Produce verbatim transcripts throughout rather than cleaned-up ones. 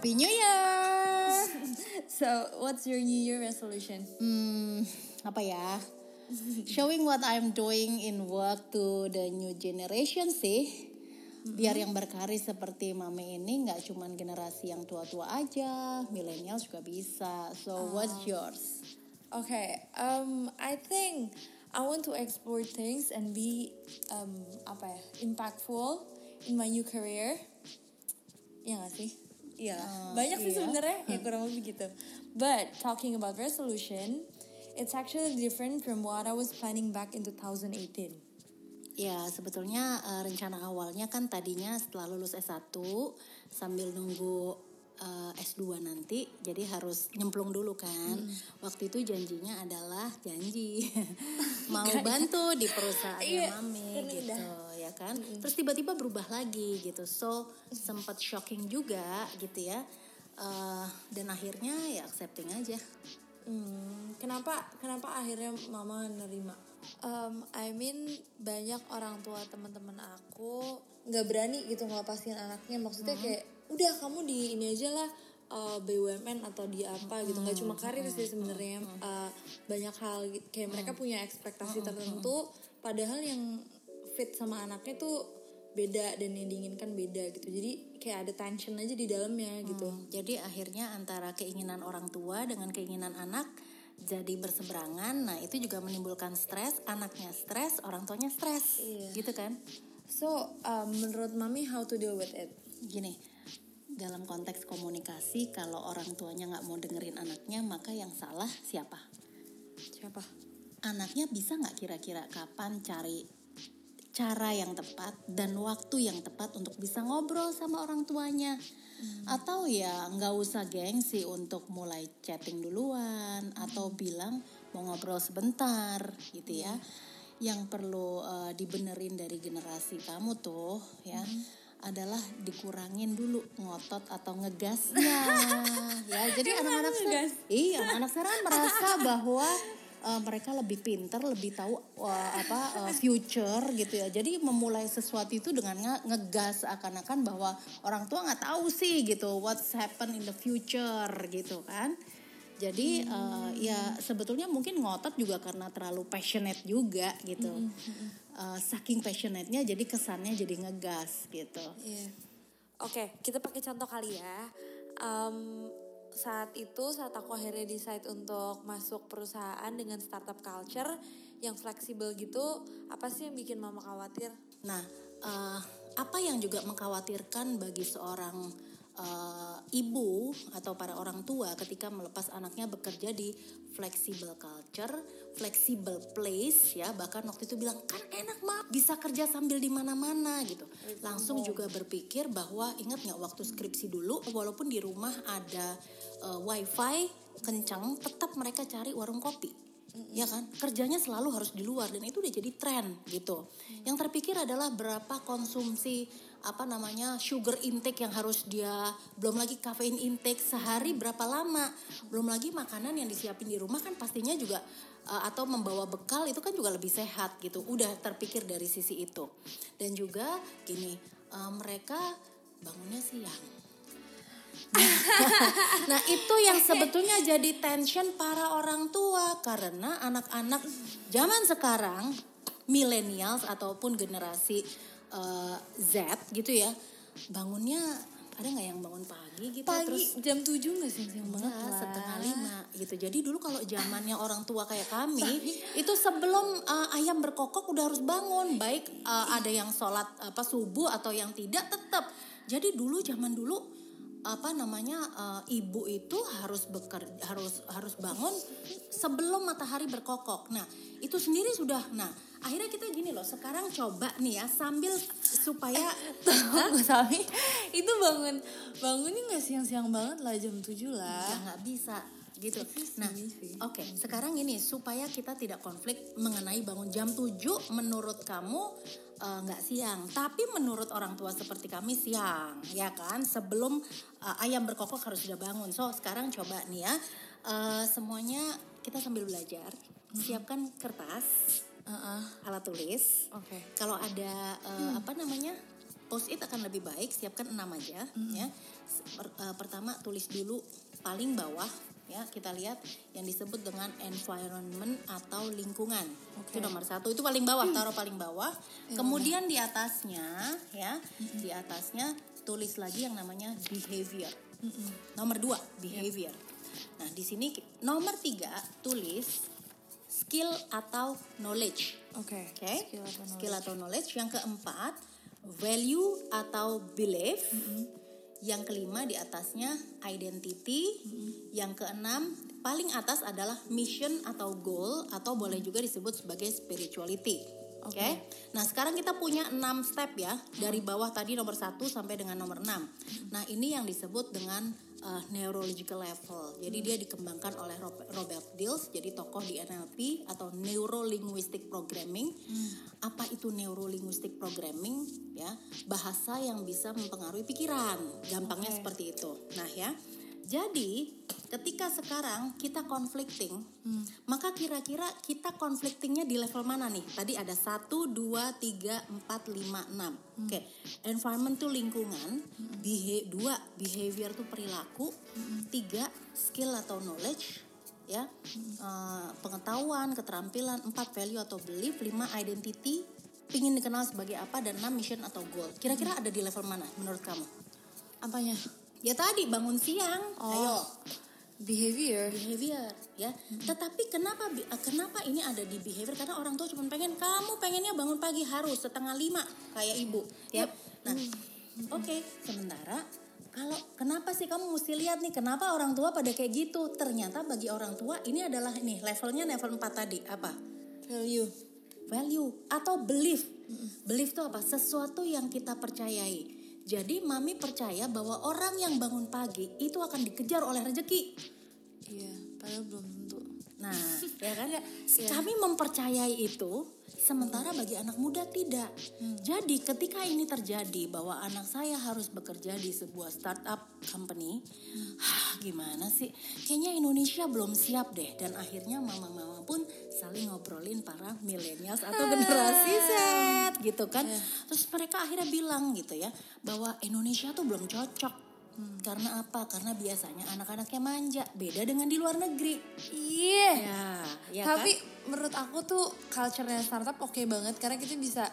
Happy New Year. So, what's your New Year resolution? Hmm, apa ya? Showing what I'm doing in work to the new generation sih. Mm-hmm. Biar yang berkarir seperti Mami ini nggak cuman generasi yang tua-tua aja, milenial juga bisa. So, uh, what's yours? Okay, um, I think I want to explore things and be um, apa ya, impactful in my new career. Ya nggak sih? Ya, uh, banyak sih iya. sebenarnya ya kurang lebih gitu. But talking about resolution, it's actually different from what I was planning back in twenty eighteen. Ya, sebetulnya uh, rencana awalnya kan tadinya setelah lulus S satu sambil nunggu uh, S dua nanti, jadi harus nyemplung dulu kan. Hmm. Waktu itu janjinya adalah janji mau bantu di perusahaannya Mami gitu ya kan. Hmm. Terus tiba-tiba berubah lagi gitu. So sempat shocking juga gitu ya. Uh, dan akhirnya ya accepting aja. Hmm, kenapa kenapa akhirnya Mama nerima? Um, I mean banyak orang tua teman-teman aku nggak berani gitu ngelepasin anaknya. Maksudnya hmm. kayak udah kamu di ini aja lah, uh, B U M N atau di apa gitu. Nggak cuma karir sih sebenarnya, uh, banyak hal gitu. Kayak mereka punya ekspektasi tertentu, padahal yang fit sama anaknya tuh beda dan yang diinginkan beda gitu. Jadi kayak ada tension aja di dalamnya gitu. Hmm, jadi akhirnya antara keinginan orang tua dengan keinginan anak jadi berseberangan. Nah itu juga menimbulkan stres, anaknya stres, orang tuanya stres, iya. Gitu kan. So um, menurut Mami how to deal with it? Gini, dalam konteks komunikasi, kalau orang tuanya nggak mau dengerin anaknya, maka yang salah siapa? Siapa? Anaknya bisa nggak kira-kira kapan cari cara yang tepat dan waktu yang tepat untuk bisa ngobrol sama orang tuanya. Hmm. Atau ya nggak usah gengsi untuk mulai chatting duluan, hmm. atau bilang mau ngobrol sebentar gitu ya. Hmm. Yang perlu uh, dibenerin dari generasi kamu tuh ya, hmm. adalah dikurangin dulu ngotot atau ngegasnya. Ya, jadi anak-anak sekarang, iya anak-anak sekarang merasa bahwa Uh, mereka lebih pintar, lebih tahu uh, apa uh, future gitu ya. Jadi memulai sesuatu itu dengan nge- ngegas seakan-akan bahwa orang tua nggak tahu sih gitu what's happen in the future gitu kan. Jadi hmm. uh, ya sebetulnya mungkin ngotot juga karena terlalu passionate juga gitu. Hmm. Uh, saking passionate-nya jadi kesannya jadi ngegas gitu. Yeah. Oke, okay, kita pakai contoh kali ya. Um, Saat itu, saat aku akhirnya decide untuk masuk perusahaan dengan startup culture yang fleksibel gitu, apa sih yang bikin Mama khawatir? Nah, uh, apa yang juga mengkhawatirkan bagi seorang uh, ibu atau para orang tua ketika melepas anaknya bekerja di flexible culture, flexible place ya, bahkan waktu itu bilang kan enak mah bisa kerja sambil di mana-mana gitu. Langsung juga berpikir bahwa ingat nggak waktu skripsi dulu, walaupun di rumah ada uh, wifi kencang, tetap mereka cari warung kopi. Mm-hmm. Ya kan, kerjanya selalu harus di luar dan itu udah jadi tren gitu. Mm. Yang terpikir adalah berapa konsumsi apa namanya sugar intake yang harus dia, belum lagi caffeine intake sehari berapa lama, belum lagi makanan yang disiapin di rumah kan pastinya juga uh, atau membawa bekal itu kan juga lebih sehat gitu. Udah terpikir dari sisi itu. Dan juga gini, uh, mereka bangunnya siang. Nah itu yang sebetulnya jadi tension para orang tua karena anak-anak zaman sekarang millennials ataupun generasi uh, Z gitu ya, bangunnya ada nggak yang bangun pagi gitu? Pagi terus jam tujuh nggak sih siang banget lah, setengah lima gitu. Jadi dulu kalau zamannya orang tua kayak kami itu sebelum uh, ayam berkokok udah harus bangun, baik uh, ada yang sholat apa subuh atau yang tidak tetap. Jadi dulu zaman dulu apa namanya uh, ibu itu harus bekerja, harus harus bangun sebelum matahari berkokok. Nah itu sendiri sudah. Nah akhirnya kita gini loh, sekarang coba nih ya sambil supaya tunggu Sami itu bangun bangunnya nggak siang-siang banget lah, jam tujuh lah. Ya nggak bisa gitu. Nah oke okay, sekarang ini supaya kita tidak konflik mengenai bangun jam tujuh menurut kamu nggak uh, siang, tapi menurut orang tua seperti kami siang, ya kan? Sebelum uh, ayam berkokok harus sudah bangun. So sekarang coba nih ya, uh, semuanya kita sambil belajar, mm-hmm. siapkan kertas, uh-uh. alat tulis. Okay. Kalau ada uh, hmm. apa namanya post-it akan lebih baik, siapkan enam aja mm-hmm. ya. Pertama tulis dulu paling bawah ya, kita lihat yang disebut dengan environment atau lingkungan. Okay. Itu nomor satu, itu paling bawah, hmm. taruh paling bawah. Hmm. Kemudian di atasnya ya, hmm. di atasnya tulis lagi yang namanya behavior. Hmm. Nomor dua behavior. Yeah. Nah di sini nomor tiga tulis skill atau knowledge. Oke. Okay. Okay? Skill, atau skill atau knowledge. Yang keempat value atau belief. Hmm. Yang kelima di atasnya identity, mm-hmm. yang keenam paling atas adalah mission atau goal atau boleh juga disebut sebagai spirituality. Oke. Okay. Nah sekarang kita punya enam step ya, dari bawah tadi nomor satu sampai dengan nomor enam. Nah ini yang disebut dengan uh, neurological level. Jadi dia dikembangkan oleh Robert Dills, jadi tokoh di N L P atau Neuro Linguistic Programming. Hmm. Apa itu Neuro Linguistic Programming? Ya, bahasa yang bisa mempengaruhi pikiran. Gampangnya okay. seperti itu. Nah ya, jadi ketika sekarang kita conflicting, hmm. maka kira-kira kita conflictingnya di level mana nih? Tadi ada satu, dua, tiga, empat, lima, enam. Hmm. Oke, okay. Environment tuh lingkungan, hmm. beha- dua behavior tuh perilaku, hmm. tiga skill atau knowledge, ya, hmm. uh, pengetahuan, keterampilan, empat value atau belief, lima identity, ingin dikenal sebagai apa, dan enam mission atau goal. Kira-kira hmm. ada di level mana menurut kamu? Apanya? Ya tadi bangun siang, oh. ayo. Behavior, behavior, ya. Mm-hmm. Tetapi kenapa kenapa ini ada di behavior? Karena orang tua cuma pengen kamu pengennya bangun pagi harus setengah lima kayak ibu, ya. Yep. Nah, mm-hmm. oke. Okay. Sementara kalau kenapa sih kamu mesti lihat nih kenapa orang tua pada kayak gitu? Ternyata bagi orang tua ini adalah nih levelnya level empat tadi apa? Value, value atau belief. Mm-hmm. Belief itu apa? Sesuatu yang kita percayai. Jadi mami percaya bahwa orang yang bangun pagi itu akan dikejar oleh rezeki. Iya, padahal belum tentu. Nah, ya kan ya. Kami mempercayai itu, sementara bagi anak muda tidak. Hmm. Jadi ketika ini terjadi bahwa anak saya harus bekerja di sebuah startup company, hmm. hah, gimana sih? Kayaknya Indonesia belum siap deh. Dan akhirnya mama-mama pun saling ngobrolin para millennials atau generasi Z gitu kan. Yeah. Terus mereka akhirnya bilang gitu ya, bahwa Indonesia tuh belum cocok. Hmm. Karena apa? Karena biasanya anak-anaknya manja, beda dengan di luar negeri. Iya. Yeah. Ya, tapi kan? Menurut aku tuh culture-nya startup oke okay banget karena kita bisa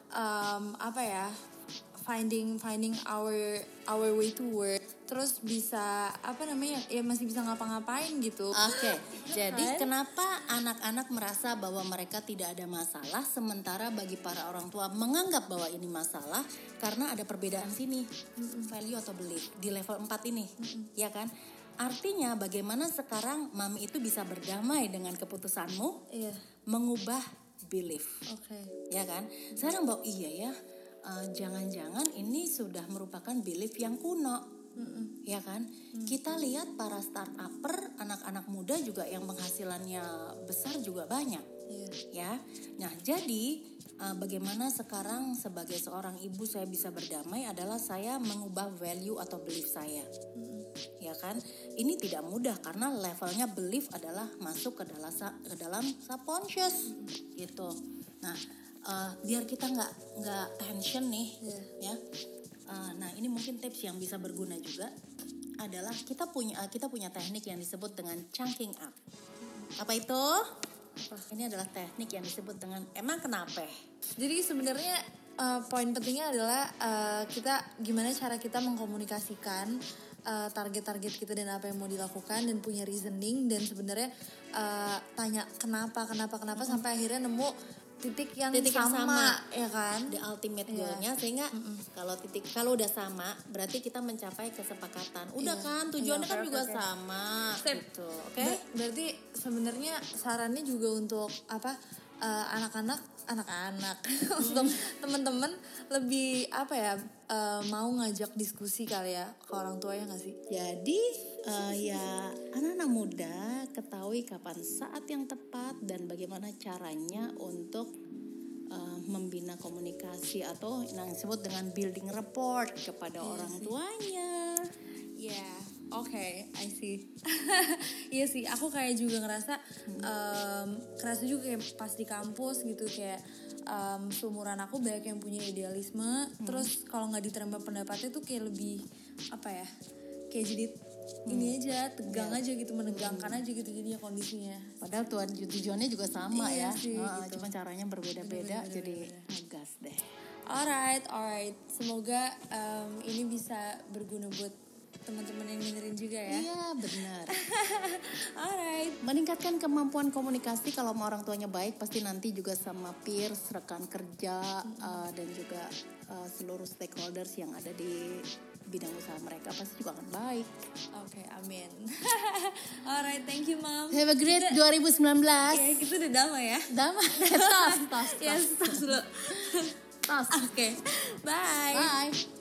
um, apa ya? finding finding our our way to work, terus bisa apa namanya ya masih bisa ngapa-ngapain gitu. Oke, okay. Jadi kenapa anak-anak merasa bahwa mereka tidak ada masalah, sementara bagi para orang tua menganggap bahwa ini masalah karena ada perbedaan sini, mm-hmm. value atau belief di level empat ini, mm-hmm. ya kan? Artinya bagaimana sekarang mami itu bisa berdamai dengan keputusanmu, yeah. mengubah belief, okay. ya kan? Sekarang bahwa iya ya. Uh, jangan-jangan ini sudah merupakan belief yang kuno, mm-mm. ya kan? Mm. Kita lihat para startuper, anak-anak muda juga yang penghasilannya besar juga banyak, yeah. ya. Nah, jadi uh, bagaimana sekarang sebagai seorang ibu saya bisa berdamai adalah saya mengubah value atau belief saya, mm. ya kan? Ini tidak mudah karena levelnya belief adalah masuk ke dalam ke dalam subconscious, mm. gitu. Nah. Uh, biar kita nggak nggak tension nih, yeah. ya. Uh, nah ini mungkin tips yang bisa berguna juga adalah kita punya uh, kita punya teknik yang disebut dengan chunking up. Apa itu? Apa? Ini adalah teknik yang disebut dengan emang kenapa? Jadi sebenarnya uh, poin pentingnya adalah uh, kita gimana cara kita mengkomunikasikan uh, target-target kita dan apa yang mau dilakukan dan punya reasoning dan sebenarnya uh, tanya kenapa kenapa kenapa mm-hmm. sampai akhirnya nemu titik yang titik sama, yang sama ya kan, the ultimate goalnya, yeah. Sehingga mm-mm. kalau titik kalau udah sama berarti kita mencapai kesepakatan udah, yeah. kan tujuannya yeah, kan juga okay. sama Sip. Gitu, oke? Okay? Ber- berarti sebenarnya sarannya juga untuk apa uh, anak-anak anak-anak untuk teman-teman lebih apa ya uh, mau ngajak diskusi kali ya ke orang tua ya nggak sih? Jadi uh, ya anak-anak muda ketahui kapan saat yang tepat dan bagaimana caranya untuk uh, membina komunikasi atau yang disebut dengan building rapport kepada yeah, orang sih. Tuanya. Ya, yeah. Oke, okay, I see. Iya sih, aku kayak juga ngerasa, hmm. um, kerasa juga kayak pas di kampus gitu kayak um, seumuran aku banyak yang punya idealisme, hmm. terus kalau nggak diterima pendapatnya tuh kayak lebih apa ya, kayak jadi hmm. ini aja tegang yeah. aja gitu, menegangkan hmm. aja gitu jadinya kondisinya. Padahal tuan tujuannya juga sama iya ya, sih, oh, gitu. Cuma caranya berbeda-beda, beda-beda jadi ngegas deh. Alright, alright. Semoga um, ini bisa berguna buat teman-teman yang dengerin juga ya. Iya benar. Alright. Meningkatkan kemampuan komunikasi kalau sama orang tuanya baik, pasti nanti juga sama peers, rekan kerja, mm-hmm. uh, dan juga uh, seluruh stakeholders yang ada di bidang usaha mereka pasti juga akan baik. Oke, okay, amin. Alright, thank you mom. Have a great kita, dua ribu sembilan belas. Ya, kita udah damai ya. Damai. Tos, tos, tos. Yes, tos dulu. Tos. Oke, okay. Bye. Bye.